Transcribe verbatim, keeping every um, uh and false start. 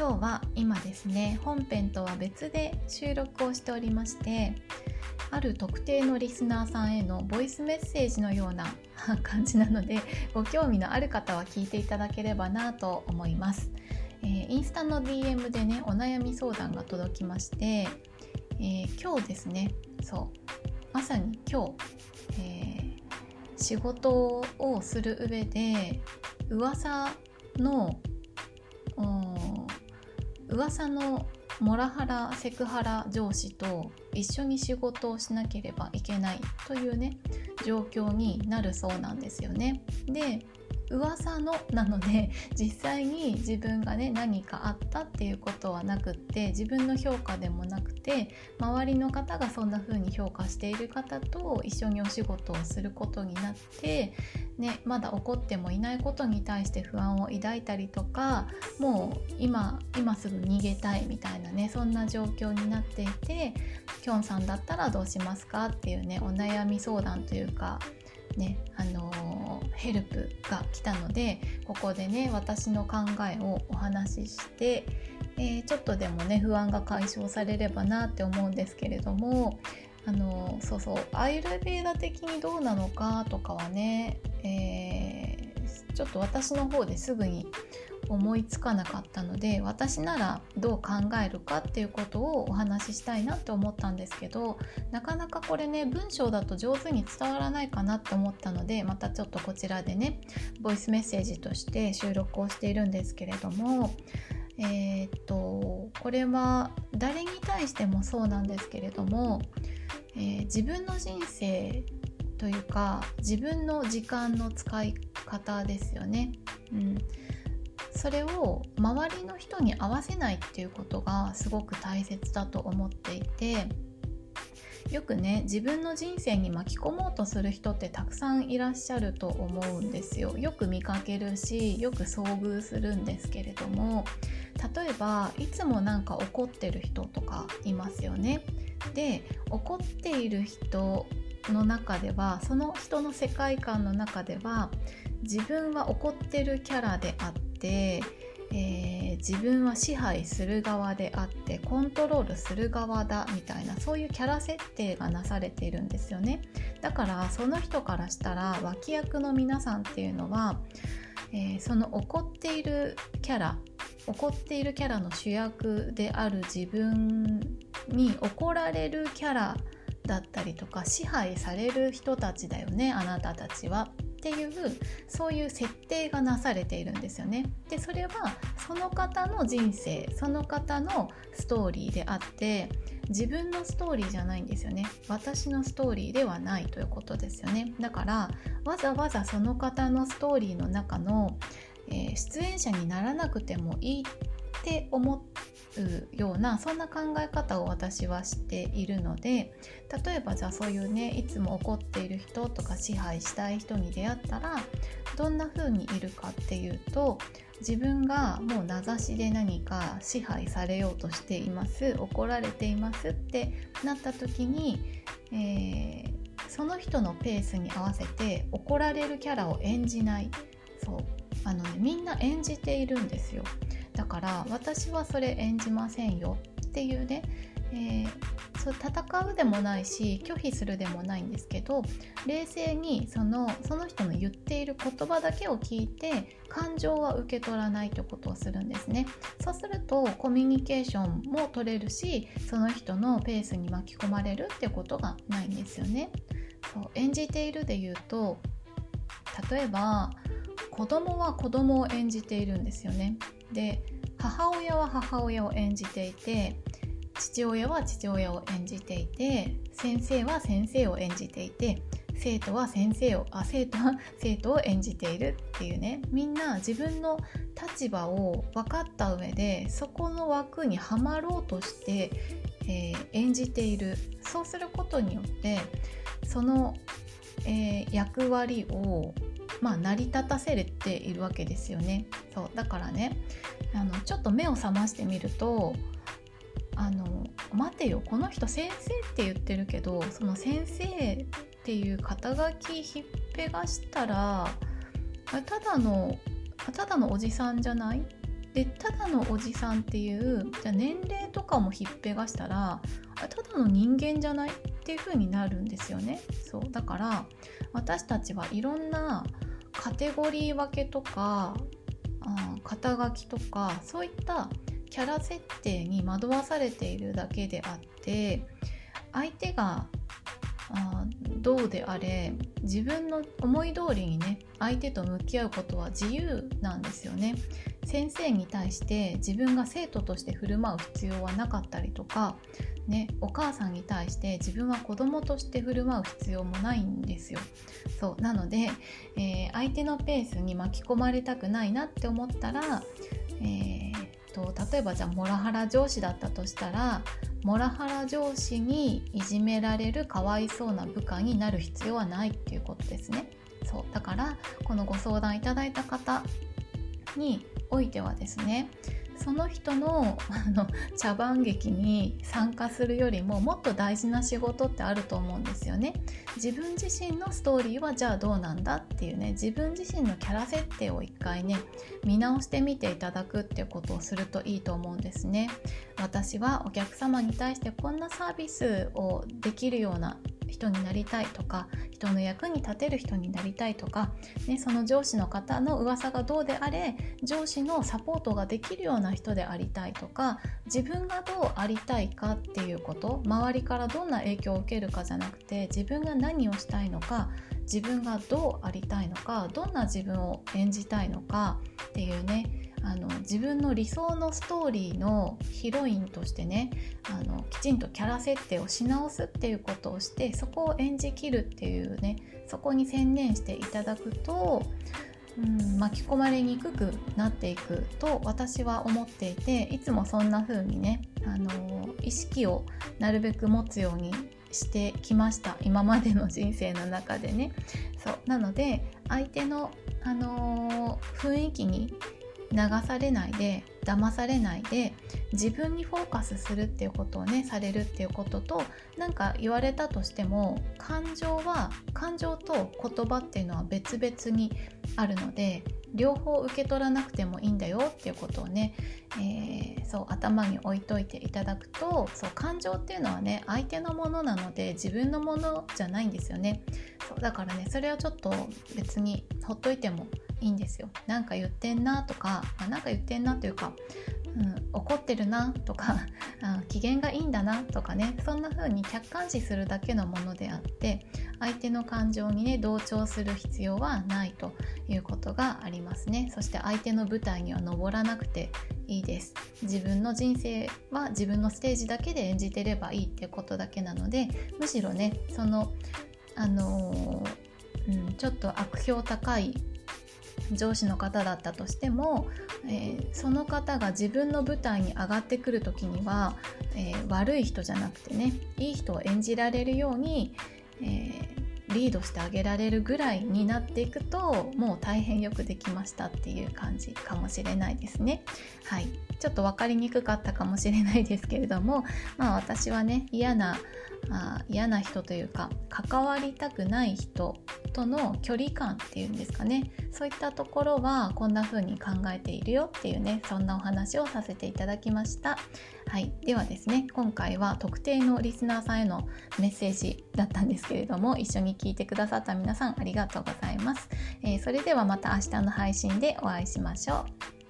今日は今ですね、本編とは別で収録をしておりまして、ある特定のリスナーさんへのボイスメッセージのような感じなので、ご興味のある方は聞いていただければなと思います。えー、インスタの ディーエム でね、お悩み相談が届きまして、えー、今日ですね、そうまさに今日、えー、仕事をする上で噂の噂のモラハラセクハラ上司と一緒に仕事をしなければいけないというね状況になるそうなんですよね。で、噂のなので実際に自分がね何かあったっていうことはなくって、自分の評価でもなくて、周りの方がそんな風に評価している方と一緒にお仕事をすることになってね、まだ起こってもいないことに対して不安を抱いたりとか、もう今今すぐ逃げたいみたいなね、そんな状況になっていて、きょんさんだったらどうしますかっていうねお悩み相談というかね、あのー、ヘルプが来たので、ここでね私の考えをお話しして、えー、ちょっとでもね不安が解消されればなって思うんですけれども、あのー、そうそうアイルベーダ的にどうなのかとかはね、えー、ちょっと私の方ですぐに思いつかなかったので、私ならどう考えるかっていうことをお話ししたいなって思ったんですけど、なかなかこれね文章だと上手に伝わらないかなって思ったので、またちょっとこちらでねボイスメッセージとして収録をしているんですけれども、えー、っとこれは誰に対してもそうなんですけれども、えー、自分の人生というか自分の時間の使い方ですよね。うんそれを周りの人に合わせないっていうことがすごく大切だと思っていて、よくね自分の人生に巻き込もうとする人ってたくさんいらっしゃると思うんですよ。よく見かけるし、よく遭遇するんですけれども、例えばいつもなんか怒ってる人とかいますよね。で、怒っている人の中では、その人の世界観の中では自分は怒ってるキャラであって、えー、自分は支配する側であってコントロールする側だみたいな、そういうキャラ設定がなされているんですよね。だからその人からしたら脇役の皆さんっていうのは、えー、その怒っているキャラ怒っているキャラの主役である自分に怒られるキャラだったりとか、支配される人たちだよねあなたたちはっていう、そういう設定がなされているんですよね。で、それはその方の人生、その方のストーリーであって、自分のストーリーじゃないんですよね。私のストーリーではないということですよね。だからわざわざその方のストーリーの中の、えー、出演者にならなくてもいいって思うような、そんな考え方を私はしているので、例えばじゃあそういうねいつも怒っている人とか支配したい人に出会ったらどんな風にいるかっていうと、自分がもう名指しで何か支配されようとしています、怒られていますってなった時に、えー、その人のペースに合わせて怒られるキャラを演じない。そうあのね、みんな演じているんですよ。だから私はそれ演じませんよっていうね、えー、そう戦うでもないし拒否するでもないんですけど、冷静にその、その人の言っている言葉だけを聞いて感情は受け取らないということをするんですね。そうするとコミュニケーションも取れるし、その人のペースに巻き込まれるってことがないんですよね。そう演じているで言うと、例えば子供は子供を演じているんですよね。で、母親は母親を演じていて、父親は父親を演じていて、先生は先生を演じていて、生徒は先生をあ生徒は生徒を演じているっていうね、みんな自分の立場を分かった上でそこの枠にはまろうとして、えー、演じている。そうすることによってその、えー、役割をまあ、成り立たせれているわけですよね。そうだからね、あのちょっと目を覚ましてみると、あの待てよ、この人先生って言ってるけど、その先生っていう肩書きひっぺがしたらただのただのおじさんじゃないっでただのおじさんっていうじゃあ年齢とかもひっぺがしたらただの人間じゃないっていう風になるんですよね。そうだから私たちはいろんなカテゴリー分けとかあ肩書きとかそういったキャラ設定に惑わされているだけであって相手があどうであれ自分の思い通りにね相手と向き合うことは自由なんですよね。先生に対して自分が生徒として振る舞う必要はなかったりとか、ね、お母さんに対して自分は子供として振る舞う必要もないんですよ。そうなので、えー、相手のペースに巻き込まれたくないなって思ったら、えー、と例えばじゃあモラハラ上司だったとしたらモラハラ上司にいじめられるかわいそうな部下になる必要はないっていうことですね。そうだからこのご相談いただいた方においてはですねその人の、あの茶番劇に参加するよりももっと大事な仕事ってあると思うんですよね。自分自身のストーリーはじゃあどうなんだっていうね自分自身のキャラ設定を一回ね見直してみていただくっていうことをするといいと思うんですね。私はお客様に対してこんなサービスをできるような人になりたいとか人の役に立てる人になりたいとか、ね、その上司の方の噂がどうであれ上司のサポートができるような人でありたいとか自分がどうありたいかっていうこと周りからどんな影響を受けるかじゃなくて自分が何をしたいのか自分がどうありたいのかどんな自分を演じたいのかっていうねあの自分の理想のストーリーのヒロインとしてねあのきちんとキャラ設定をし直すっていうことをしてそこを演じきるっていうねそこに専念していただくと、うん、巻き込まれにくくなっていくと私は思っていていつもそんな風にねあの意識をなるべく持つようにしてきました今までの人生の中でね。そうなので相手の、あのー、雰囲気に流されないで騙されないで自分にフォーカスするっていうことをねされるっていうこととなんか言われたとしても感情は感情と言葉っていうのは別々にあるので両方受け取らなくてもいいんだよっていうことをね、えー、そう頭に置いといていただくとそう感情っていうのはね相手のものなので自分のものじゃないんですよね。そうだからねそれをちょっと別にほっといてもいいんですよ。なんか言ってんなとか、まあ、なんか言ってんなというか、うん、怒ってるなとか機嫌がいいんだなとかねそんな風に客観視するだけのものであって相手の感情にね同調する必要はないということがありますね。そして相手の舞台には登らなくていいです。自分の人生は自分のステージだけで演じてればいいっていうことだけなのでむしろねそのあのーうん、ちょっと悪評高い上司の方だったとしても、えー、その方が自分の舞台に上がってくる時には、えー、悪い人じゃなくてねいい人を演じられるように、えー、リードしてあげられるぐらいになっていくともう大変よくできましたっていう感じかもしれないですね。はい、ちょっと分かりにくかったかもしれないですけれども、まあ私はね嫌なあ嫌な人というか関わりたくない人との距離感っていうんですかねそういったところはこんな風に考えているよっていうねそんなお話をさせていただきました。はい、ではですね今回は特定のリスナーさんへのメッセージだったんですけれども一緒に聞いてくださった皆さんありがとうございます。えー、それではまた明日の配信でお会いしましょう。